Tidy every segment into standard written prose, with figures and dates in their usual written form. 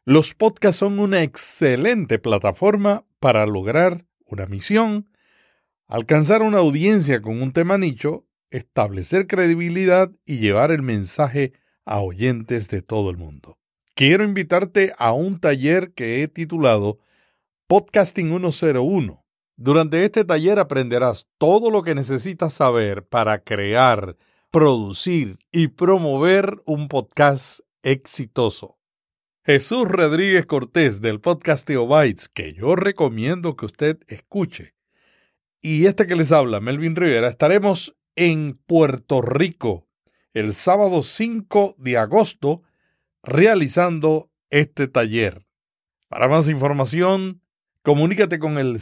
Los podcasts son una excelente plataforma para lograr una misión, alcanzar una audiencia con un tema nicho, establecer credibilidad y llevar el mensaje a oyentes de todo el mundo. Quiero invitarte a un taller que he titulado Podcasting 101. Durante este taller aprenderás todo lo que necesitas saber para crear, producir y promover un podcast exitoso. Jesús Rodríguez Cortés del podcast Teobytes, que yo recomiendo que usted escuche, y este que les habla, Melvin Rivera, estaremos en Puerto Rico el sábado 5 de agosto realizando este taller. Para más información, comunícate con el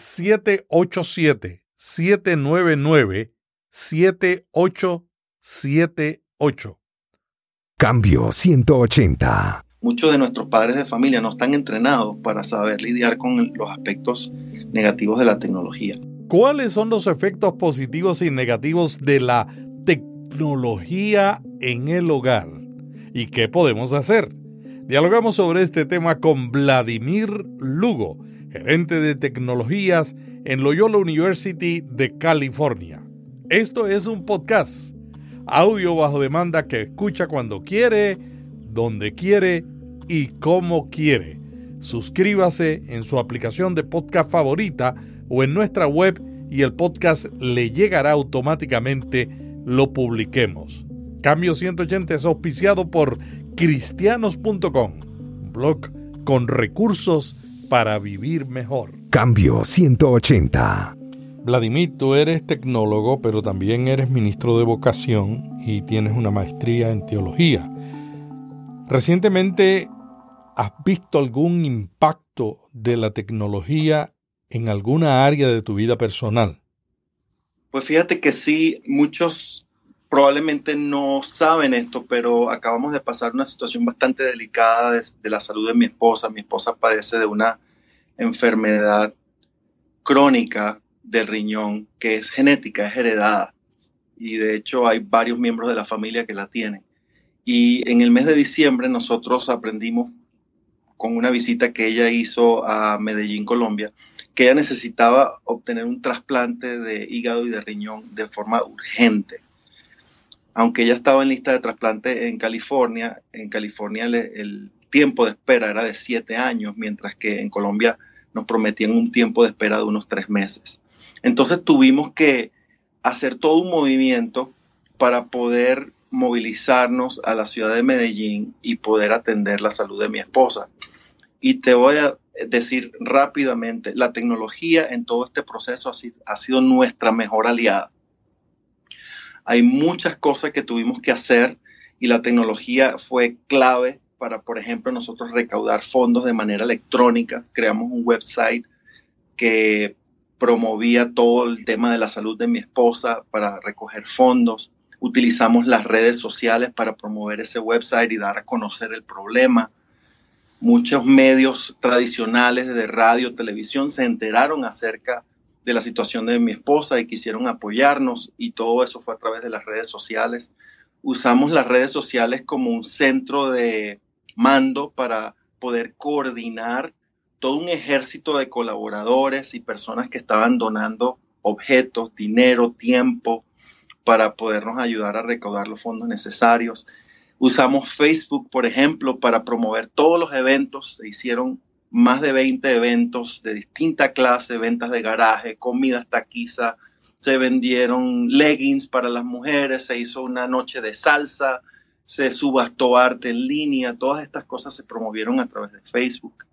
787-799-7878. Cambio 180. Muchos de nuestros padres de familia no están entrenados para saber lidiar con los aspectos negativos de la tecnología. ¿Cuáles son los efectos positivos y negativos de la tecnología en el hogar? ¿Y qué podemos hacer? Dialogamos sobre este tema con Vladimir Lugo, gerente de tecnologías en Loyola University de California. Esto es un podcast, audio bajo demanda que escucha cuando quiere, donde quiere y como quiere. Suscríbase en su aplicación de podcast favorita o en nuestra web y el podcast le llegará automáticamente lo publiquemos. Cambio 180 es auspiciado por cristianos.com, un blog con recursos para vivir mejor. Cambio 180. Vladimir, tú eres tecnólogo, pero también eres ministro de vocación y tienes una maestría en teología. Recientemente, ¿has visto algún impacto de la tecnología en alguna área de tu vida personal? Pues fíjate que sí, muchos probablemente no saben esto, pero acabamos de pasar una situación bastante delicada de la salud de mi esposa. Mi esposa padece de una enfermedad crónica del riñón que es genética, es heredada. Y de hecho hay varios miembros de la familia que la tienen. Y en el mes de diciembre nosotros aprendimos con una visita que ella hizo a Medellín, Colombia, que ella necesitaba obtener un trasplante de hígado y de riñón de forma urgente. Aunque ella estaba en lista de trasplante en California el tiempo de espera era de 7 años, mientras que en Colombia nos prometían un tiempo de espera de unos 3 meses. Entonces tuvimos que hacer todo un movimiento para poder movilizarnos a la ciudad de Medellín y poder atender la salud de mi esposa. Y te voy a decir rápidamente, la tecnología en todo este proceso ha sido nuestra mejor aliada. Hay muchas cosas que tuvimos que hacer y la tecnología fue clave para, por ejemplo, nosotros recaudar fondos de manera electrónica. Creamos un website que promovía todo el tema de la salud de mi esposa para recoger fondos. Utilizamos las redes sociales para promover ese website y dar a conocer el problema. Muchos medios tradicionales de radio, televisión se enteraron acerca de la situación de mi esposa y quisieron apoyarnos, y todo eso fue a través de las redes sociales. Usamos las redes sociales como un centro de mando para poder coordinar todo un ejército de colaboradores y personas que estaban donando objetos, dinero, tiempo para podernos ayudar a recaudar los fondos necesarios. Usamos Facebook, por ejemplo, para promover todos los eventos. Se hicieron más de 20 eventos de distinta clase, ventas de garaje, comidas taquiza, se vendieron leggings para las mujeres, se hizo una noche de salsa, se subastó arte en línea, todas estas cosas se promovieron a través de Facebook.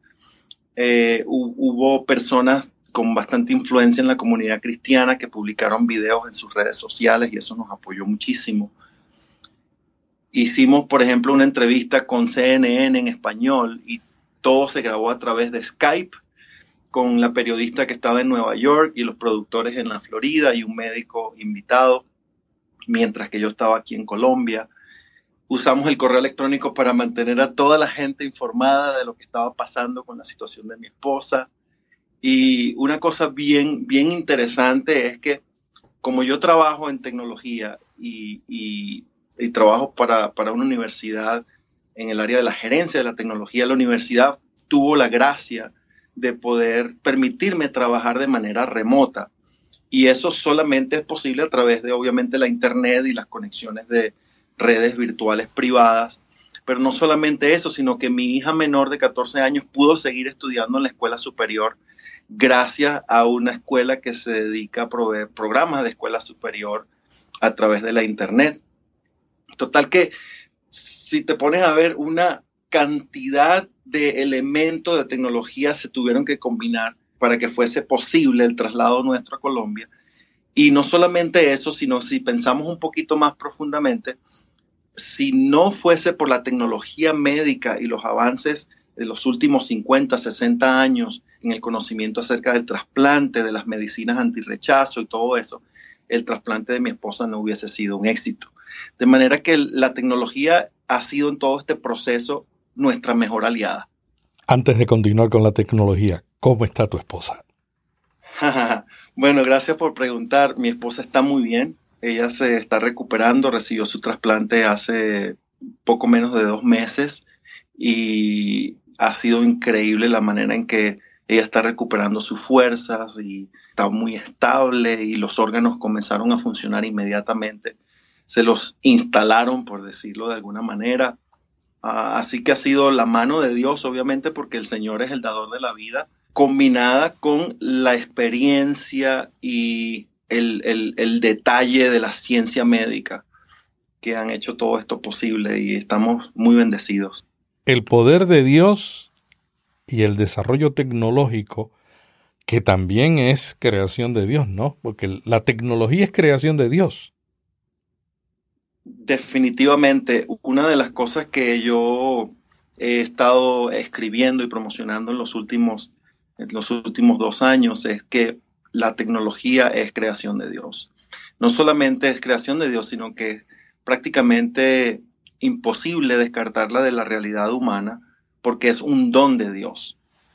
Hubo personas con bastante influencia en la comunidad cristiana que publicaron videos en sus redes sociales y eso nos apoyó muchísimo. Hicimos, por ejemplo, una entrevista con CNN en español y todo se grabó a través de Skype con la periodista que estaba en Nueva York y los productores en la Florida y un médico invitado, mientras que yo estaba aquí en Colombia. Usamos el correo electrónico para mantener a toda la gente informada de lo que estaba pasando con la situación de mi esposa. Y una cosa bien interesante es que como yo trabajo en tecnología y trabajo para una universidad en el área de la gerencia de la tecnología, la universidad tuvo la gracia de poder permitirme trabajar de manera remota. Y eso solamente es posible a través de, obviamente, la internet y las conexiones de redes virtuales privadas. Pero no solamente eso, sino que mi hija menor de 14 años pudo seguir estudiando en la escuela superior gracias a una escuela que se dedica a proveer programas de escuela superior a través de la internet. Total que si te pones a ver, una cantidad de elementos de tecnología se tuvieron que combinar para que fuese posible el traslado nuestro a Colombia. Y no solamente eso, sino si pensamos un poquito más profundamente, si no fuese por la tecnología médica y los avances de los últimos 50, 60 años en el conocimiento acerca del trasplante, de las medicinas antirrechazo y todo eso, el trasplante de mi esposa no hubiese sido un éxito. De manera que la tecnología ha sido en todo este proceso nuestra mejor aliada. Antes de continuar con la tecnología, ¿cómo está tu esposa? Bueno, gracias por preguntar. Mi esposa está muy bien. Ella se está recuperando, recibió su trasplante hace poco menos de 2 meses y ha sido increíble la manera en que ella está recuperando sus fuerzas y está muy estable y los órganos comenzaron a funcionar inmediatamente. Se los instalaron, por decirlo de alguna manera. Así que ha sido la mano de Dios, obviamente, porque el Señor es el dador de la vida, combinada con la experiencia y el detalle de la ciencia médica que han hecho todo esto posible y estamos muy bendecidos. El poder de Dios y el desarrollo tecnológico, que también es creación de Dios, ¿no? Porque la tecnología es creación de Dios. Definitivamente, una de las cosas que yo he estado escribiendo y promocionando en los últimos 2 años es que la tecnología es creación de Dios. No solamente es creación de Dios, sino que es prácticamente imposible descartarla de la realidad humana porque es un don de Dios.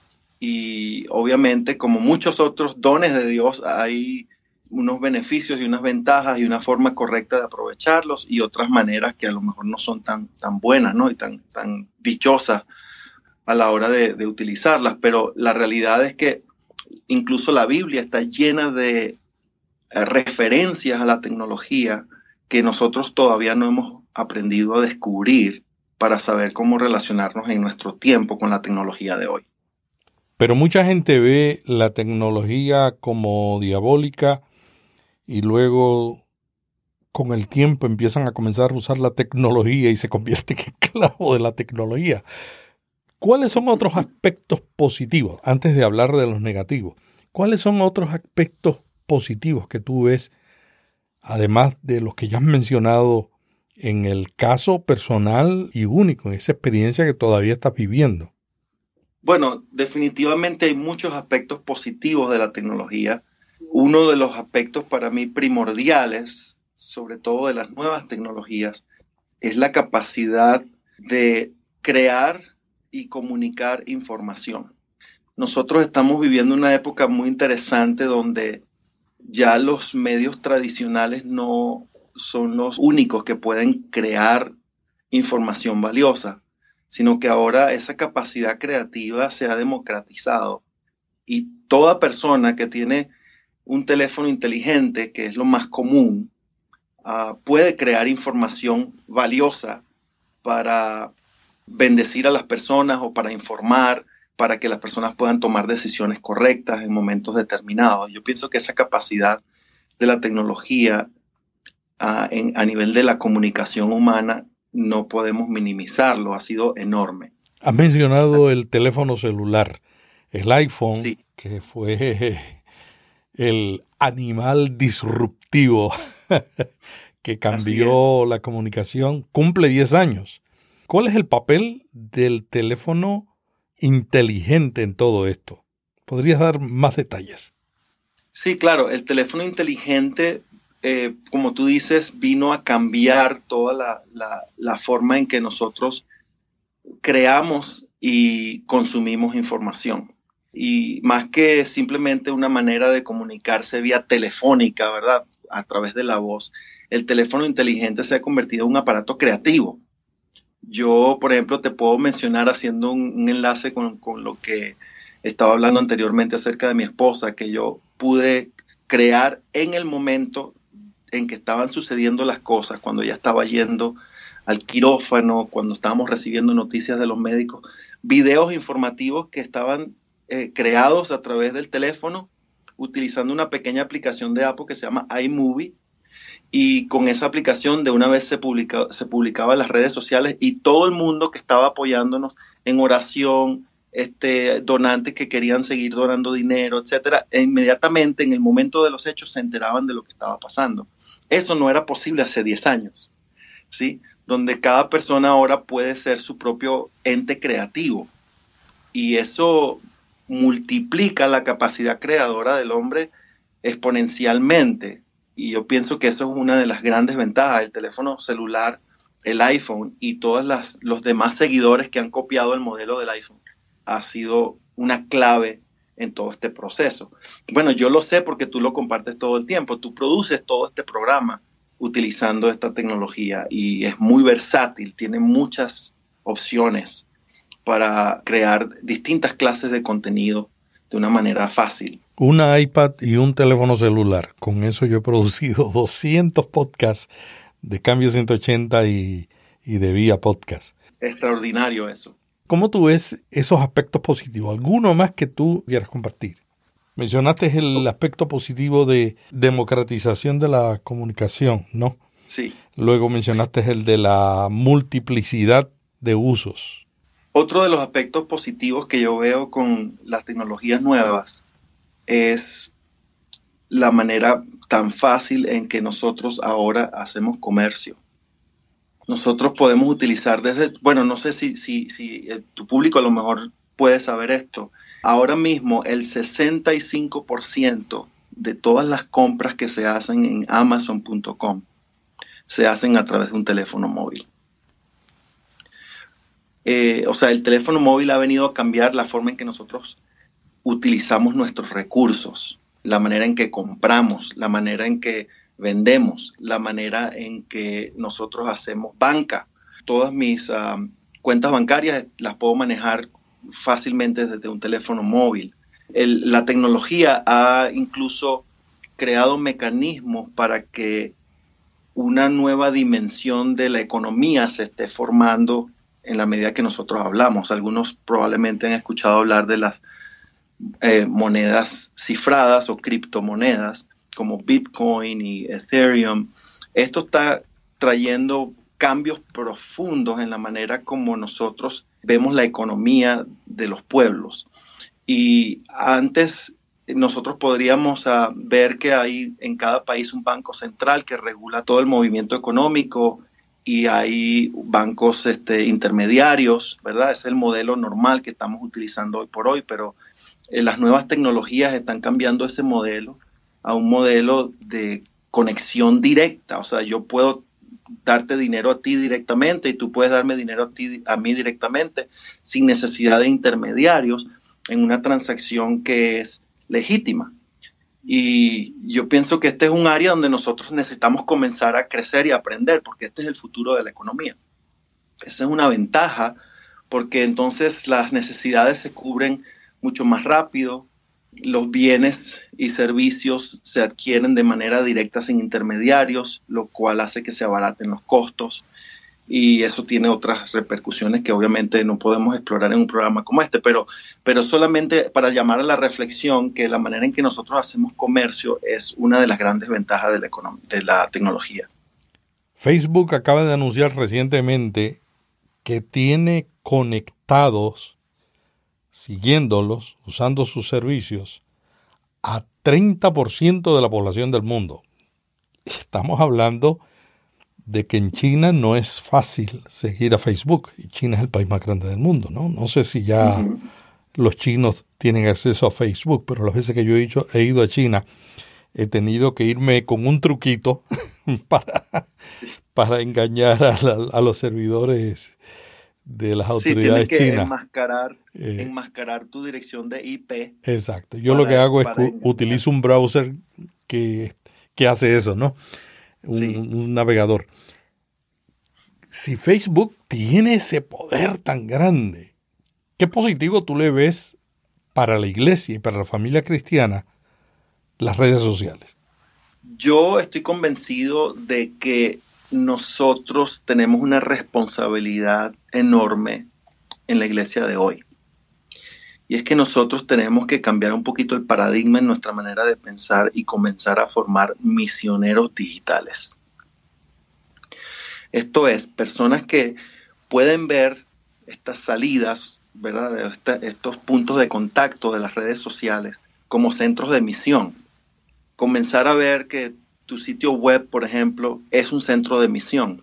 Y obviamente, como muchos otros dones de Dios, hay unos beneficios y unas ventajas y una forma correcta de aprovecharlos y otras maneras que a lo mejor no son tan buenas, ¿no? Y tan dichosas a la hora de utilizarlas. Pero la realidad es que incluso la Biblia está llena de referencias a la tecnología que nosotros todavía no hemos aprendido a descubrir para saber cómo relacionarnos en nuestro tiempo con la tecnología de hoy. Pero mucha gente ve la tecnología como diabólica y luego con el tiempo empiezan a comenzar a usar la tecnología y se convierten en esclavos de la tecnología. ¿Cuáles son otros aspectos positivos, antes de hablar de los negativos? ¿Cuáles son otros aspectos positivos que tú ves, además de los que ya has mencionado en el caso personal y único, en esa experiencia que todavía estás viviendo? Bueno, definitivamente hay muchos aspectos positivos de la tecnología. Uno de los aspectos para mí primordiales, sobre todo de las nuevas tecnologías, es la capacidad de crear y comunicar información. Nosotros estamos viviendo una época muy interesante donde ya los medios tradicionales no son los únicos que pueden crear información valiosa, sino que ahora esa capacidad creativa se ha democratizado y toda persona que tiene un teléfono inteligente, que es lo más común, puede crear información valiosa para bendecir a las personas o para informar, para que las personas puedan tomar decisiones correctas en momentos determinados. Yo pienso que esa capacidad de la tecnología a nivel de la comunicación humana no podemos minimizarlo, ha sido enorme. Has mencionado el teléfono celular, el iPhone, sí, que fue el animal disruptivo que cambió la comunicación, cumple 10 años. ¿Cuál es el papel del teléfono inteligente en todo esto? ¿Podrías dar más detalles? Sí, claro, el teléfono inteligente, como tú dices, vino a cambiar toda la forma en que nosotros creamos y consumimos información. Y más que simplemente una manera de comunicarse vía telefónica, ¿verdad? A través de la voz, el teléfono inteligente se ha convertido en un aparato creativo, Yo, por ejemplo, te puedo mencionar haciendo un enlace con lo que estaba hablando anteriormente acerca de mi esposa, que yo pude crear en el momento en que estaban sucediendo las cosas, cuando ella estaba yendo al quirófano, cuando estábamos recibiendo noticias de los médicos, videos informativos que estaban creados a través del teléfono utilizando una pequeña aplicación de Apple que se llama iMovie, y con esa aplicación de una vez se publicaba en las redes sociales y todo el mundo que estaba apoyándonos en oración, donantes que querían seguir donando dinero, etcétera, e inmediatamente en el momento de los hechos se enteraban de lo que estaba pasando. Eso no era posible hace 10 años, ¿sí? Donde cada persona ahora puede ser su propio ente creativo, y eso multiplica la capacidad creadora del hombre exponencialmente. Y yo pienso que eso es una de las grandes ventajas del teléfono celular, el iPhone y todos los demás seguidores que han copiado el modelo del iPhone. Ha sido una clave en todo este proceso. Bueno, yo lo sé porque tú lo compartes todo el tiempo. Tú produces todo este programa utilizando esta tecnología y es muy versátil, tiene muchas opciones para crear distintas clases de contenido de una manera fácil. Una iPad y un teléfono celular. Con eso yo he producido 200 podcasts de Cambio 180 y de Vía Podcast. Extraordinario eso. ¿Cómo tú ves esos aspectos positivos? ¿Alguno más que tú quieras compartir? Mencionaste el aspecto positivo de democratización de la comunicación, ¿no? Sí. Luego mencionaste el de la multiplicidad de usos. Otro de los aspectos positivos que yo veo con las tecnologías nuevas es la manera tan fácil en que nosotros ahora hacemos comercio. Nosotros podemos utilizar no sé si tu público a lo mejor puede saber esto. Ahora mismo el 65% de todas las compras que se hacen en Amazon.com se hacen a través de un teléfono móvil. El teléfono móvil ha venido a cambiar la forma en que nosotros utilizamos nuestros recursos, la manera en que compramos, la manera en que vendemos, la manera en que nosotros hacemos banca. Todas mis cuentas bancarias las puedo manejar fácilmente desde un teléfono móvil. La tecnología ha incluso creado mecanismos para que una nueva dimensión de la economía se esté formando en la medida que nosotros hablamos. Algunos probablemente han escuchado hablar de las monedas cifradas o criptomonedas como Bitcoin y Ethereum. Esto está trayendo cambios profundos en la manera como nosotros vemos la economía de los pueblos. Y antes nosotros podríamos ver que hay en cada país un banco central que regula todo el movimiento económico y hay bancos intermediarios, ¿verdad? Es el modelo normal que estamos utilizando hoy por hoy, pero las nuevas tecnologías están cambiando ese modelo a un modelo de conexión directa. O sea, yo puedo darte dinero a ti directamente y tú puedes darme dinero a mí directamente sin necesidad de intermediarios en una transacción que es legítima. Y yo pienso que este es un área donde nosotros necesitamos comenzar a crecer y aprender, porque este es el futuro de la economía. Esa es una ventaja, porque entonces las necesidades se cubren mucho más rápido, los bienes y servicios se adquieren de manera directa sin intermediarios, lo cual hace que se abaraten los costos, y eso tiene otras repercusiones que obviamente no podemos explorar en un programa como este, pero solamente para llamar a la reflexión que la manera en que nosotros hacemos comercio es una de las grandes ventajas de la tecnología. Facebook acaba de anunciar recientemente que tiene conectados, siguiéndolos, usando sus servicios, a 30% de la población del mundo. Estamos hablando de que en China no es fácil seguir a Facebook, y China es el país más grande del mundo, ¿no? No sé si ya los chinos tienen acceso a Facebook, pero las veces que yo he ido a China, he tenido que irme con un truquito para engañar a los servidores de las autoridades chinas. Enmascarar tu dirección de IP. Exacto. Yo lo que hago es que utilizo un browser que hace eso, ¿no? Un navegador. Si Facebook tiene ese poder tan grande, ¿qué positivo tú le ves para la iglesia y para la familia cristiana las redes sociales? Yo estoy convencido de que nosotros tenemos una responsabilidad enorme en la iglesia de hoy. Y es que nosotros tenemos que cambiar un poquito el paradigma en nuestra manera de pensar y comenzar a formar misioneros digitales. Esto es, personas que pueden ver estas salidas, ¿verdad? Estos puntos de contacto de las redes sociales como centros de misión. Comenzar a ver que tu sitio web, por ejemplo, es un centro de misión.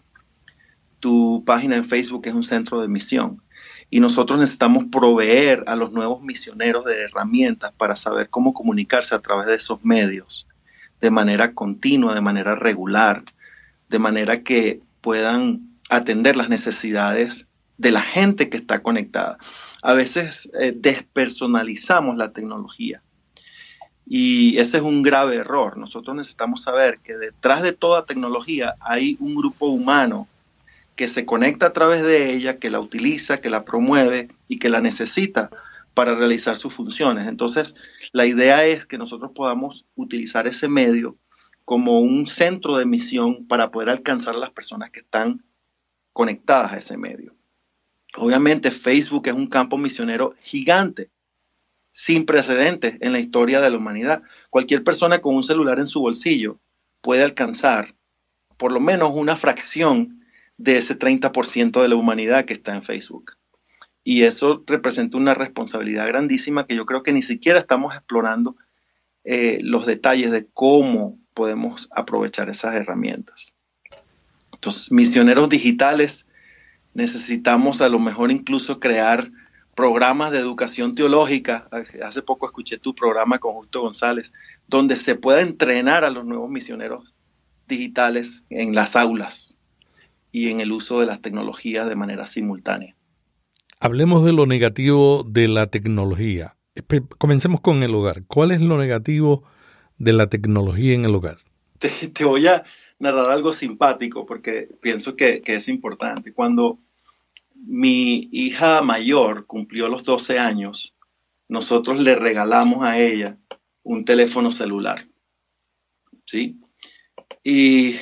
Tu página en Facebook es un centro de misión. Y nosotros necesitamos proveer a los nuevos misioneros de herramientas para saber cómo comunicarse a través de esos medios, de manera continua, de manera regular, de manera que puedan atender las necesidades de la gente que está conectada. A veces despersonalizamos la tecnología y ese es un grave error. Nosotros necesitamos saber que detrás de toda tecnología hay un grupo humano que se conecta a través de ella, que la utiliza, que la promueve y que la necesita para realizar sus funciones. Entonces, la idea es que nosotros podamos utilizar ese medio como un centro de misión para poder alcanzar a las personas que están conectadas a ese medio. Obviamente, Facebook es un campo misionero gigante, sin precedentes en la historia de la humanidad. Cualquier persona con un celular en su bolsillo puede alcanzar por lo menos una fracción de ese 30% de la humanidad que está en Facebook. Y eso representa una responsabilidad grandísima que yo creo que ni siquiera estamos explorando los detalles de cómo podemos aprovechar esas herramientas. Entonces, misioneros digitales, necesitamos a lo mejor incluso crear programas de educación teológica. Hace poco escuché tu programa con Justo González, donde se pueda entrenar a los nuevos misioneros digitales en las aulas y en el uso de las tecnologías de manera simultánea. Hablemos de lo negativo de la tecnología. Comencemos con el hogar. ¿Cuál es lo negativo de la tecnología en el hogar? Te voy a narrar algo simpático porque pienso que es importante. Cuando mi hija mayor cumplió los 12 años, nosotros le regalamos a ella un teléfono celular, ¿sí? Y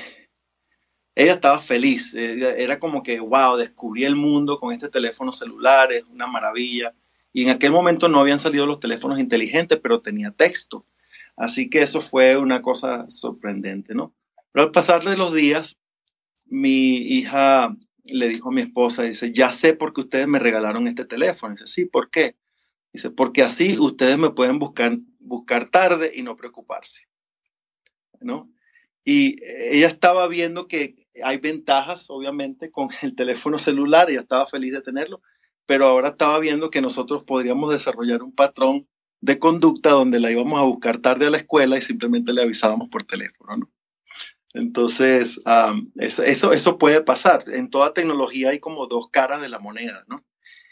ella estaba feliz, era como que, wow, descubrí el mundo con este teléfono celular, es una maravilla. Y en aquel momento no habían salido los teléfonos inteligentes, pero tenía texto. Así que eso fue una cosa sorprendente, ¿no? Pero al pasar de los días, mi hija le dijo a mi esposa, dice, ya sé por qué ustedes me regalaron este teléfono. Dice, sí, ¿por qué? Dice, porque así ustedes me pueden buscar tarde y no preocuparse, ¿no? Y ella estaba viendo que hay ventajas, obviamente, con el teléfono celular, ella estaba feliz de tenerlo, pero ahora estaba viendo que nosotros podríamos desarrollar un patrón de conducta donde la íbamos a buscar tarde a la escuela y simplemente le avisábamos por teléfono, ¿no? Entonces, eso puede pasar. En toda tecnología hay como dos caras de la moneda, ¿no?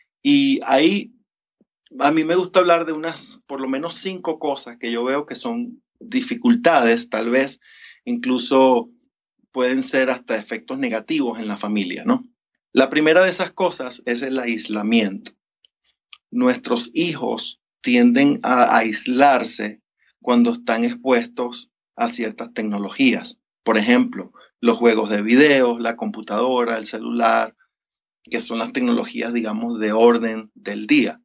Y ahí, a mí me gusta hablar de por lo menos 5 cosas que yo veo que son dificultades, tal vez, incluso pueden ser hasta efectos negativos en la familia, ¿no? La primera de esas cosas es el aislamiento. Nuestros hijos tienden a aislarse cuando están expuestos a ciertas tecnologías. Por ejemplo, los juegos de video, la computadora, el celular, que son las tecnologías, digamos, de orden del día.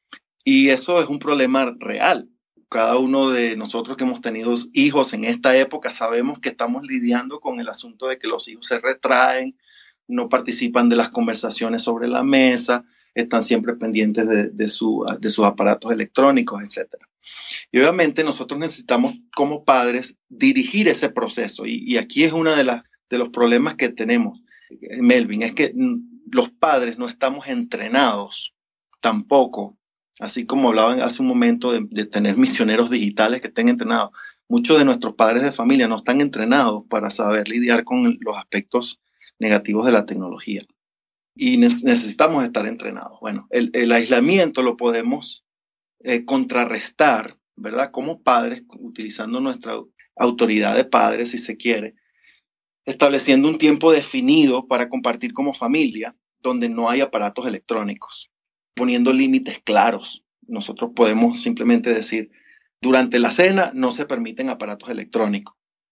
Y eso es un problema real. Cada uno de nosotros que hemos tenido hijos en esta época sabemos que estamos lidiando con el asunto de que los hijos se retraen, no participan de las conversaciones sobre la mesa, están siempre pendientes de sus aparatos electrónicos, etc. Y obviamente nosotros necesitamos como padres dirigir ese proceso. Y aquí es uno de los problemas que tenemos, Melvin, es que los padres no estamos entrenados tampoco. Así como hablaban hace un momento de tener misioneros digitales que estén entrenados. Muchos de nuestros padres de familia no están entrenados para saber lidiar con los aspectos negativos de la tecnología. Y necesitamos estar entrenados. Bueno, el aislamiento lo podemos contrarrestar, ¿verdad? Como padres, utilizando nuestra autoridad de padres, si se quiere, estableciendo un tiempo definido para compartir como familia, donde no hay aparatos electrónicos, poniendo límites claros. Nosotros podemos simplemente decir, durante la cena no se permiten aparatos electrónicos.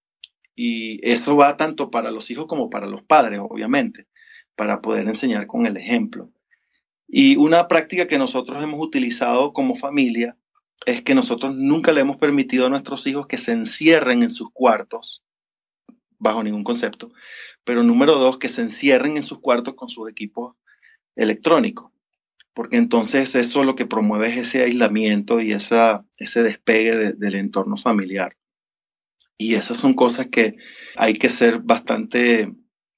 Y eso va tanto para los hijos como para los padres, obviamente, para poder enseñar con el ejemplo. Y una práctica que nosotros hemos utilizado como familia es que nosotros nunca le hemos permitido a nuestros hijos que se encierren en sus cuartos, bajo ningún concepto, pero número 2, que se encierren en sus cuartos con sus equipos electrónicos, porque entonces eso lo que promueve es ese aislamiento y ese despegue del entorno familiar. Y esas son cosas que hay que ser bastante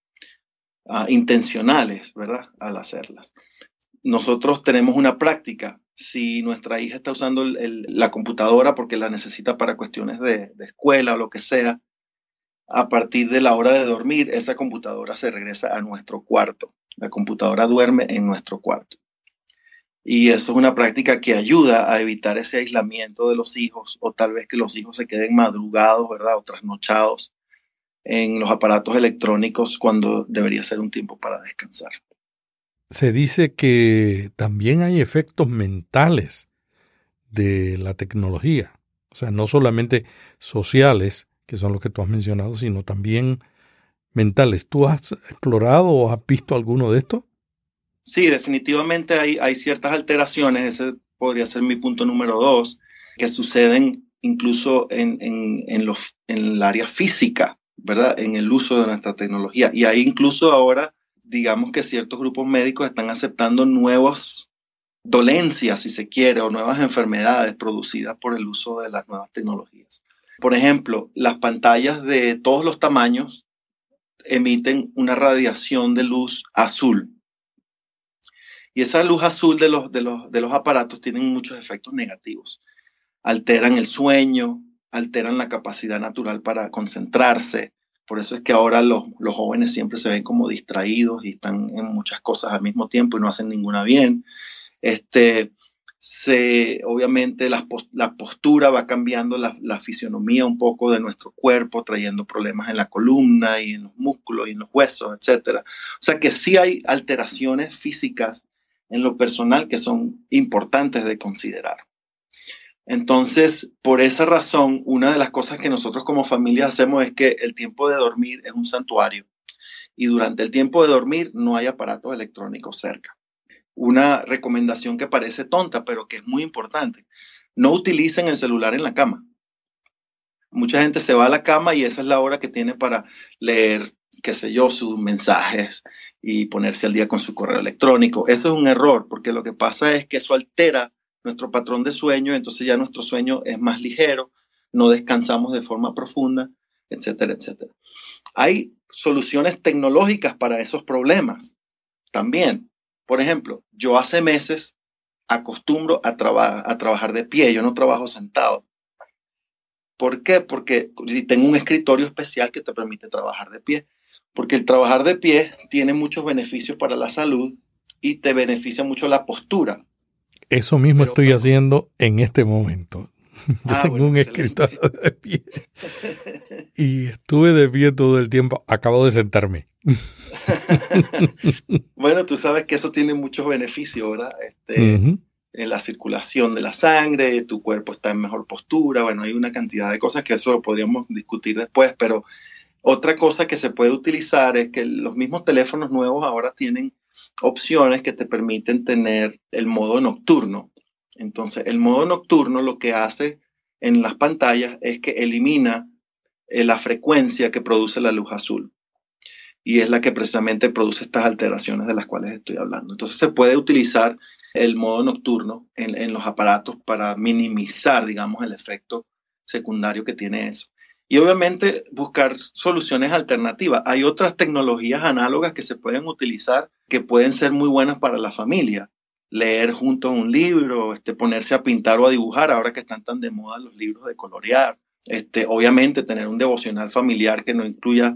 intencionales, ¿verdad?, al hacerlas. Nosotros tenemos una práctica. Si nuestra hija está usando la computadora porque la necesita para cuestiones de escuela o lo que sea, a partir de la hora de dormir, esa computadora se regresa a nuestro cuarto. La computadora duerme en nuestro cuarto. Y eso es una práctica que ayuda a evitar ese aislamiento de los hijos, o tal vez que los hijos se queden madrugados, ¿verdad?, o trasnochados en los aparatos electrónicos cuando debería ser un tiempo para descansar. Se dice que también hay efectos mentales de la tecnología. O sea, no solamente sociales, que son los que tú has mencionado, sino también mentales. ¿Tú has explorado o has visto alguno de estos? Sí, definitivamente hay ciertas alteraciones, ese podría ser mi punto número 2, que suceden incluso en el área física, ¿verdad?, en el uso de nuestra tecnología. Y ahí incluso ahora, digamos que ciertos grupos médicos están aceptando nuevas dolencias, si se quiere, o nuevas enfermedades producidas por el uso de las nuevas tecnologías. Por ejemplo, las pantallas de todos los tamaños emiten una radiación de luz azul. Y esa luz azul de los aparatos tienen muchos efectos negativos. Alteran el sueño, alteran la capacidad natural para concentrarse. Por eso es que ahora los jóvenes siempre se ven como distraídos y están en muchas cosas al mismo tiempo y no hacen ninguna bien. Obviamente la postura va cambiando la fisionomía un poco de nuestro cuerpo, trayendo problemas en la columna y en los músculos y en los huesos, etc. O sea que sí hay alteraciones físicas en lo personal que son importantes de considerar. Entonces, por esa razón, una de las cosas que nosotros como familia hacemos es que el tiempo de dormir es un santuario y durante el tiempo de dormir no hay aparatos electrónicos cerca. Una recomendación que parece tonta, pero que es muy importante. No utilicen el celular en la cama. Mucha gente se va a la cama y esa es la hora que tiene para leer, qué sé yo, sus mensajes y ponerse al día con su correo electrónico. Eso es un error, porque lo que pasa es que eso altera nuestro patrón de sueño, entonces ya nuestro sueño es más ligero, no descansamos de forma profunda, etcétera, etcétera. Hay soluciones tecnológicas para esos problemas también. Por ejemplo, yo hace meses acostumbro a trabajar de pie, yo no trabajo sentado. ¿Por qué? Porque tengo un escritorio especial que te permite trabajar de pie. Porque el trabajar de pie tiene muchos beneficios para la salud y te beneficia mucho la postura. Eso mismo estoy haciendo en este momento. Yo tengo un escritorio de pie y estuve de pie todo el tiempo. Acabo de sentarme. Bueno, tú sabes que eso tiene muchos beneficios, ¿verdad? En la circulación de la sangre, tu cuerpo está en mejor postura. Bueno, hay una cantidad de cosas que eso lo podríamos discutir después, pero otra cosa que se puede utilizar es que los mismos teléfonos nuevos ahora tienen opciones que te permiten tener el modo nocturno. Entonces, el modo nocturno lo que hace en las pantallas es que elimina la frecuencia que produce la luz azul. Y es la que precisamente produce estas alteraciones de las cuales estoy hablando. Entonces, se puede utilizar el modo nocturno en los aparatos para minimizar, digamos, el efecto secundario que tiene eso. Y obviamente buscar soluciones alternativas. Hay otras tecnologías análogas que se pueden utilizar que pueden ser muy buenas para la familia. Leer junto a un libro, ponerse a pintar o a dibujar, ahora que están tan de moda los libros de colorear. Obviamente tener un devocional familiar que no incluya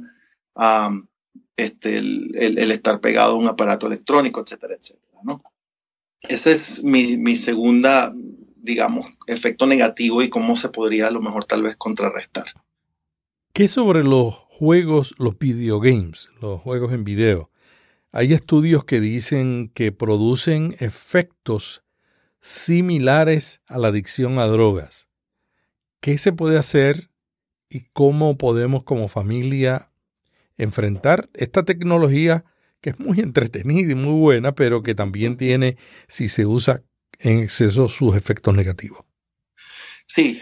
el estar pegado a un aparato electrónico, etcétera, etcétera, ¿no? Ese es mi segunda, digamos, efecto negativo y cómo se podría a lo mejor tal vez contrarrestar. ¿Qué sobre los juegos, los videogames, los juegos en video. Hay estudios que dicen que producen efectos similares a la adicción a drogas. ¿Qué se puede hacer y cómo podemos como familia enfrentar esta tecnología que es muy entretenida y muy buena, pero que también tiene, si se usa en exceso, sus efectos negativos? Sí,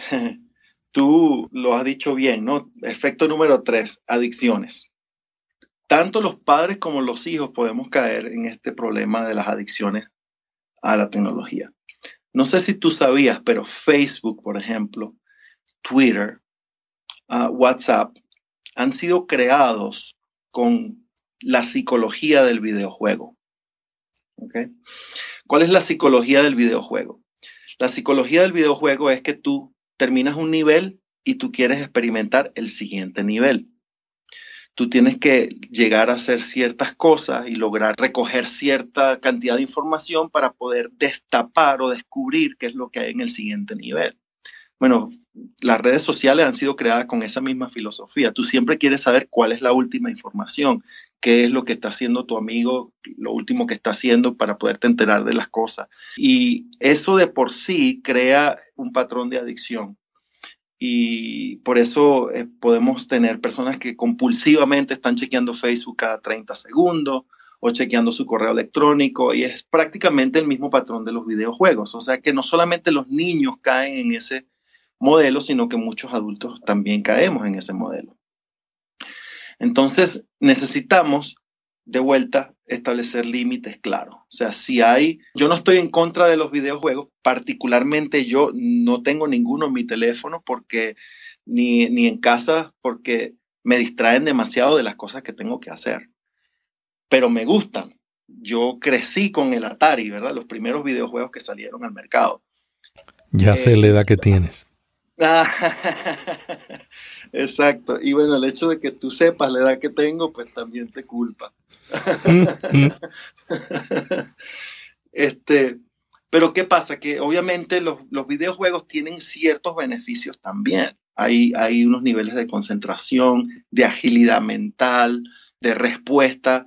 tú lo has dicho bien, ¿no? Efecto número 3, adicciones. Tanto los padres como los hijos podemos caer en este problema de las adicciones a la tecnología. No sé si tú sabías, pero Facebook, por ejemplo, Twitter, WhatsApp, han sido creados con la psicología del videojuego. ¿Okay? ¿Cuál es la psicología del videojuego? La psicología del videojuego es que tú terminas un nivel y tú quieres experimentar el siguiente nivel. Tú tienes que llegar a hacer ciertas cosas y lograr recoger cierta cantidad de información para poder destapar o descubrir qué es lo que hay en el siguiente nivel. Bueno, las redes sociales han sido creadas con esa misma filosofía. Tú siempre quieres saber cuál es la última información, qué es lo que está haciendo tu amigo, lo último que está haciendo para poderte enterar de las cosas. Y eso de por sí crea un patrón de adicción. Y por eso podemos tener personas que compulsivamente están chequeando Facebook cada 30 segundos o chequeando su correo electrónico, y es prácticamente el mismo patrón de los videojuegos. O sea que no solamente los niños caen en ese modelo, sino que muchos adultos también caemos en ese modelo. Entonces necesitamos de vuelta establecer límites claros. O sea, yo no estoy en contra de los videojuegos, particularmente yo no tengo ninguno en mi teléfono porque ni en casa, porque me distraen demasiado de las cosas que tengo que hacer. Pero me gustan. Yo crecí con el Atari, ¿verdad? Los primeros videojuegos que salieron al mercado. Ya sé la edad que tienes. Exacto. Y bueno, el hecho de que tú sepas la edad que tengo, pues también te culpa. Pero ¿qué pasa? Que obviamente los videojuegos tienen ciertos beneficios también. Hay unos niveles de concentración, de agilidad mental, de respuesta,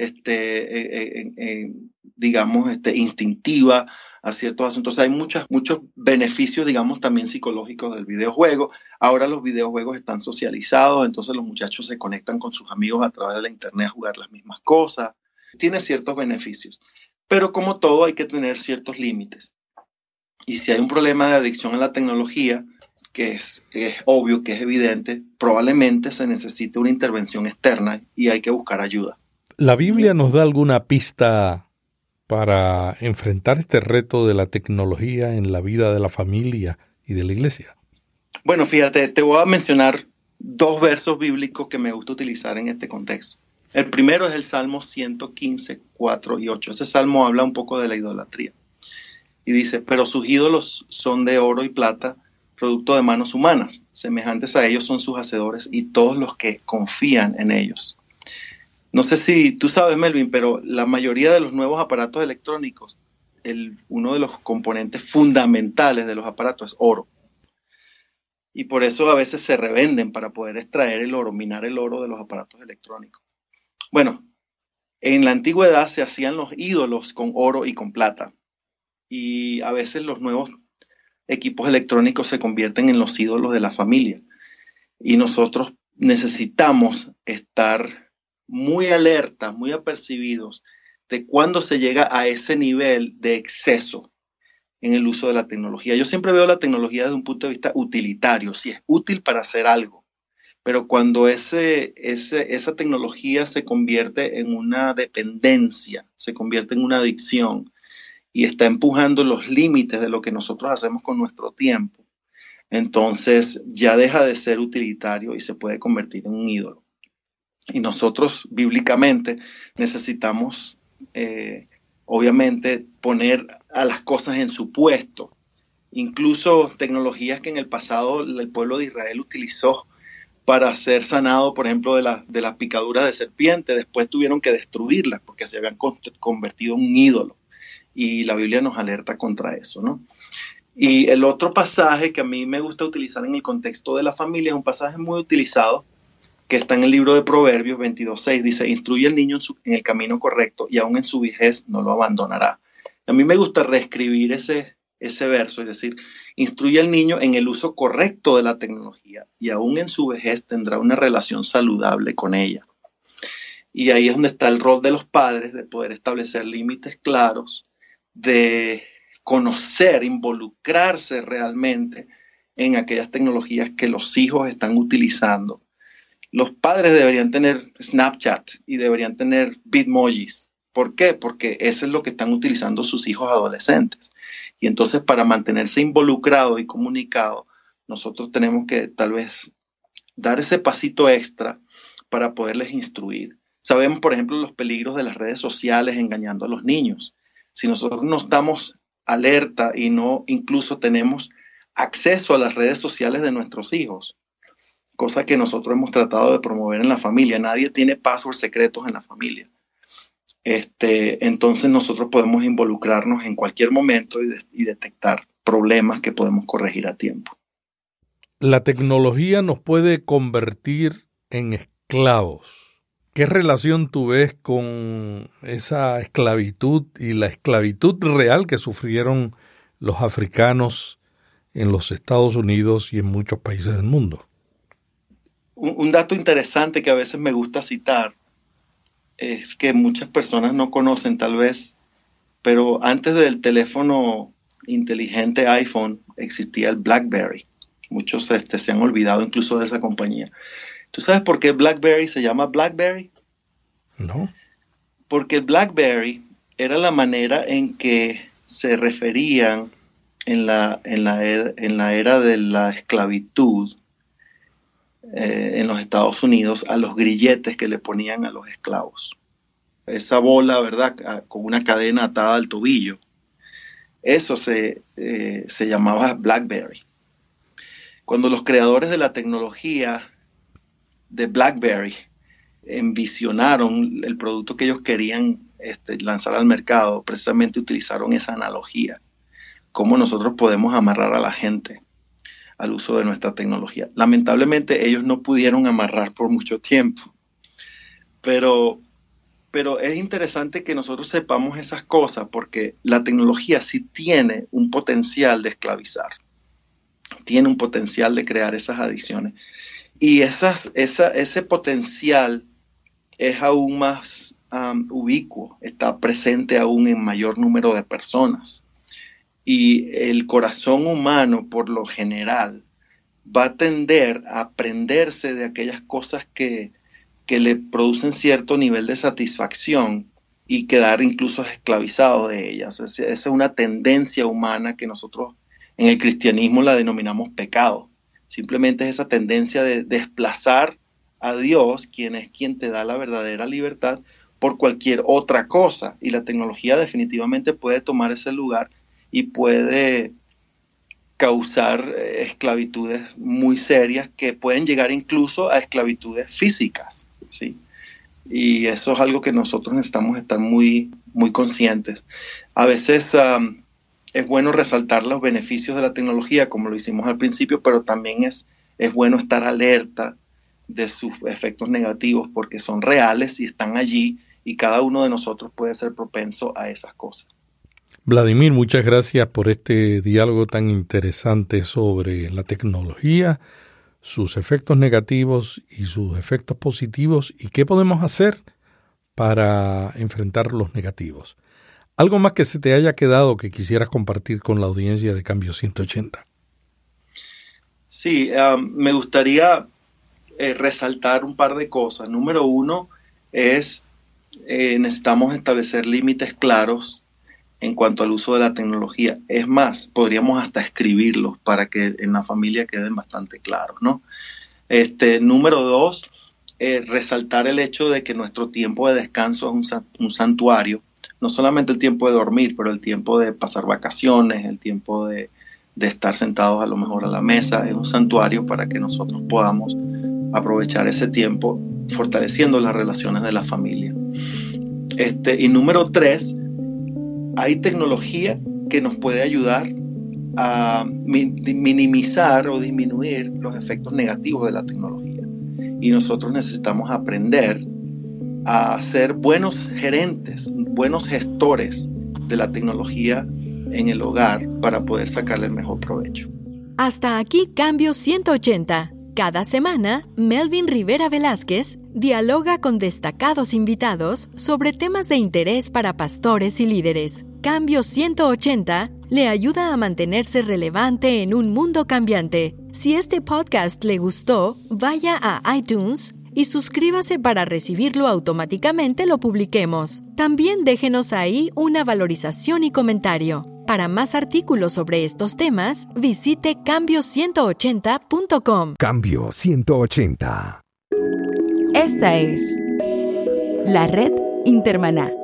digamos, instintiva a ciertos asuntos. Hay muchos beneficios, digamos, también psicológicos del videojuego. Ahora los videojuegos están socializados, entonces los muchachos se conectan con sus amigos a través de la internet a jugar las mismas cosas. Tiene ciertos beneficios, pero como todo hay que tener ciertos límites. Y si hay un problema de adicción a la tecnología, que es obvio, que es evidente, probablemente se necesite una intervención externa y hay que buscar ayuda. ¿La Biblia nos da alguna pista para enfrentar este reto de la tecnología en la vida de la familia y de la iglesia? Bueno, fíjate, te voy a mencionar 2 versos bíblicos que me gusta utilizar en este contexto. El primero es el Salmo 115, 4 y 8. Ese salmo habla un poco de la idolatría. Y dice, pero sus ídolos son de oro y plata, producto de manos humanas. Semejantes a ellos son sus hacedores y todos los que confían en ellos. No sé si tú sabes, Melvin, pero la mayoría de los nuevos aparatos electrónicos, uno de los componentes fundamentales de los aparatos es oro. Y por eso a veces se revenden para poder extraer el oro, minar el oro de los aparatos electrónicos. Bueno, en la antigüedad se hacían los ídolos con oro y con plata. Y a veces los nuevos equipos electrónicos se convierten en los ídolos de la familia. Y nosotros necesitamos estar muy alertas, muy apercibidos de cuando se llega a ese nivel de exceso en el uso de la tecnología. Yo siempre veo la tecnología desde un punto de vista utilitario, si es útil para hacer algo, pero cuando esa tecnología se convierte en una dependencia, se convierte en una adicción y está empujando los límites de lo que nosotros hacemos con nuestro tiempo, entonces ya deja de ser utilitario y se puede convertir en un ídolo. Y nosotros bíblicamente necesitamos obviamente poner a las cosas en su puesto. Incluso tecnologías que en el pasado el pueblo de Israel utilizó para ser sanado, por ejemplo, de las picaduras de serpiente, después tuvieron que destruirlas porque se habían convertido en un ídolo. Y la Biblia nos alerta contra eso, ¿no? Y el otro pasaje que a mí me gusta utilizar en el contexto de la familia es un pasaje muy utilizado que está en el libro de Proverbios 22:6, dice, instruye al niño en el camino correcto y aún en su vejez no lo abandonará. A mí me gusta reescribir ese verso, es decir, instruye al niño en el uso correcto de la tecnología y aún en su vejez tendrá una relación saludable con ella. Y ahí es donde está el rol de los padres, de poder establecer límites claros, de conocer, involucrarse realmente en aquellas tecnologías que los hijos están utilizando. Los padres deberían tener Snapchat y deberían tener Bitmojis. ¿Por qué? Porque eso es lo que están utilizando sus hijos adolescentes. Y entonces, para mantenerse involucrado y comunicado, nosotros tenemos que tal vez dar ese pasito extra para poderles instruir. Sabemos, por ejemplo, los peligros de las redes sociales engañando a los niños. Si nosotros no estamos alerta y no incluso tenemos acceso a las redes sociales de nuestros hijos, cosa que nosotros hemos tratado de promover en la familia. Nadie tiene passwords secretos en la familia. Entonces nosotros podemos involucrarnos en cualquier momento y detectar problemas que podemos corregir a tiempo. La tecnología nos puede convertir en esclavos. ¿Qué relación tú ves con esa esclavitud y la esclavitud real que sufrieron los africanos en los Estados Unidos y en muchos países del mundo? Un dato interesante que a veces me gusta citar es que muchas personas no conocen tal vez, pero antes del teléfono inteligente iPhone existía el BlackBerry. Muchos se han olvidado incluso de esa compañía. ¿Tú sabes por qué BlackBerry se llama BlackBerry? No. Porque BlackBerry era la manera en que se referían en la era de la esclavitud en los Estados Unidos a los grilletes que le ponían a los esclavos. Esa bola, ¿verdad?, con una cadena atada al tobillo. Eso se llamaba BlackBerry. Cuando los creadores de la tecnología de BlackBerry envisionaron el producto que ellos querían lanzar al mercado, precisamente utilizaron esa analogía. Cómo nosotros podemos amarrar a la gente al uso de nuestra tecnología. Lamentablemente ellos no pudieron amarrar por mucho tiempo, pero es interesante que nosotros sepamos esas cosas porque la tecnología sí tiene un potencial de esclavizar, tiene un potencial de crear esas adicciones y ese potencial es aún más ubicuo, está presente aún en mayor número de personas. Y el corazón humano, por lo general, va a tender a prenderse de aquellas cosas que le producen cierto nivel de satisfacción y quedar incluso esclavizado de ellas. Esa es una tendencia humana que nosotros en el cristianismo la denominamos pecado. Simplemente es esa tendencia de desplazar a Dios, quien es quien te da la verdadera libertad, por cualquier otra cosa. Y la tecnología definitivamente puede tomar ese lugar y puede causar esclavitudes muy serias que pueden llegar incluso a esclavitudes físicas, ¿sí? Y eso es algo que nosotros necesitamos estar muy, muy conscientes. A veces es bueno resaltar los beneficios de la tecnología, como lo hicimos al principio, pero también es bueno estar alerta de sus efectos negativos porque son reales y están allí y cada uno de nosotros puede ser propenso a esas cosas. Vladimir, muchas gracias por este diálogo tan interesante sobre la tecnología, sus efectos negativos y sus efectos positivos y qué podemos hacer para enfrentar los negativos. ¿Algo más que se te haya quedado que quisieras compartir con la audiencia de Cambio 180? Sí, me gustaría resaltar un par de cosas. Número uno es necesitamos establecer límites claros en cuanto al uso de la tecnología. Es más, podríamos hasta escribirlos para que en la familia queden bastante claros, ¿no? Número dos, resaltar el hecho de que nuestro tiempo de descanso es un santuario. No solamente el tiempo de dormir, pero el tiempo de pasar vacaciones, el tiempo de estar sentados a lo mejor a la mesa, es un santuario para que nosotros podamos aprovechar ese tiempo fortaleciendo las relaciones de la familia. Y número tres, hay tecnología que nos puede ayudar a minimizar o disminuir los efectos negativos de la tecnología. y nosotros necesitamos aprender a ser buenos gerentes, buenos gestores de la tecnología en el hogar para poder sacarle el mejor provecho. Hasta aquí Cambio 180. Cada semana, Melvin Rivera Velázquez dialoga con destacados invitados sobre temas de interés para pastores y líderes. Cambio 180 le ayuda a mantenerse relevante en un mundo cambiante. Si este podcast le gustó, vaya a iTunes y suscríbase para recibirlo automáticamente lo publiquemos. También déjenos ahí una valorización y comentario. Para más artículos sobre estos temas, visite cambio180.com. Cambio 180. Esta es la Red Intermaná.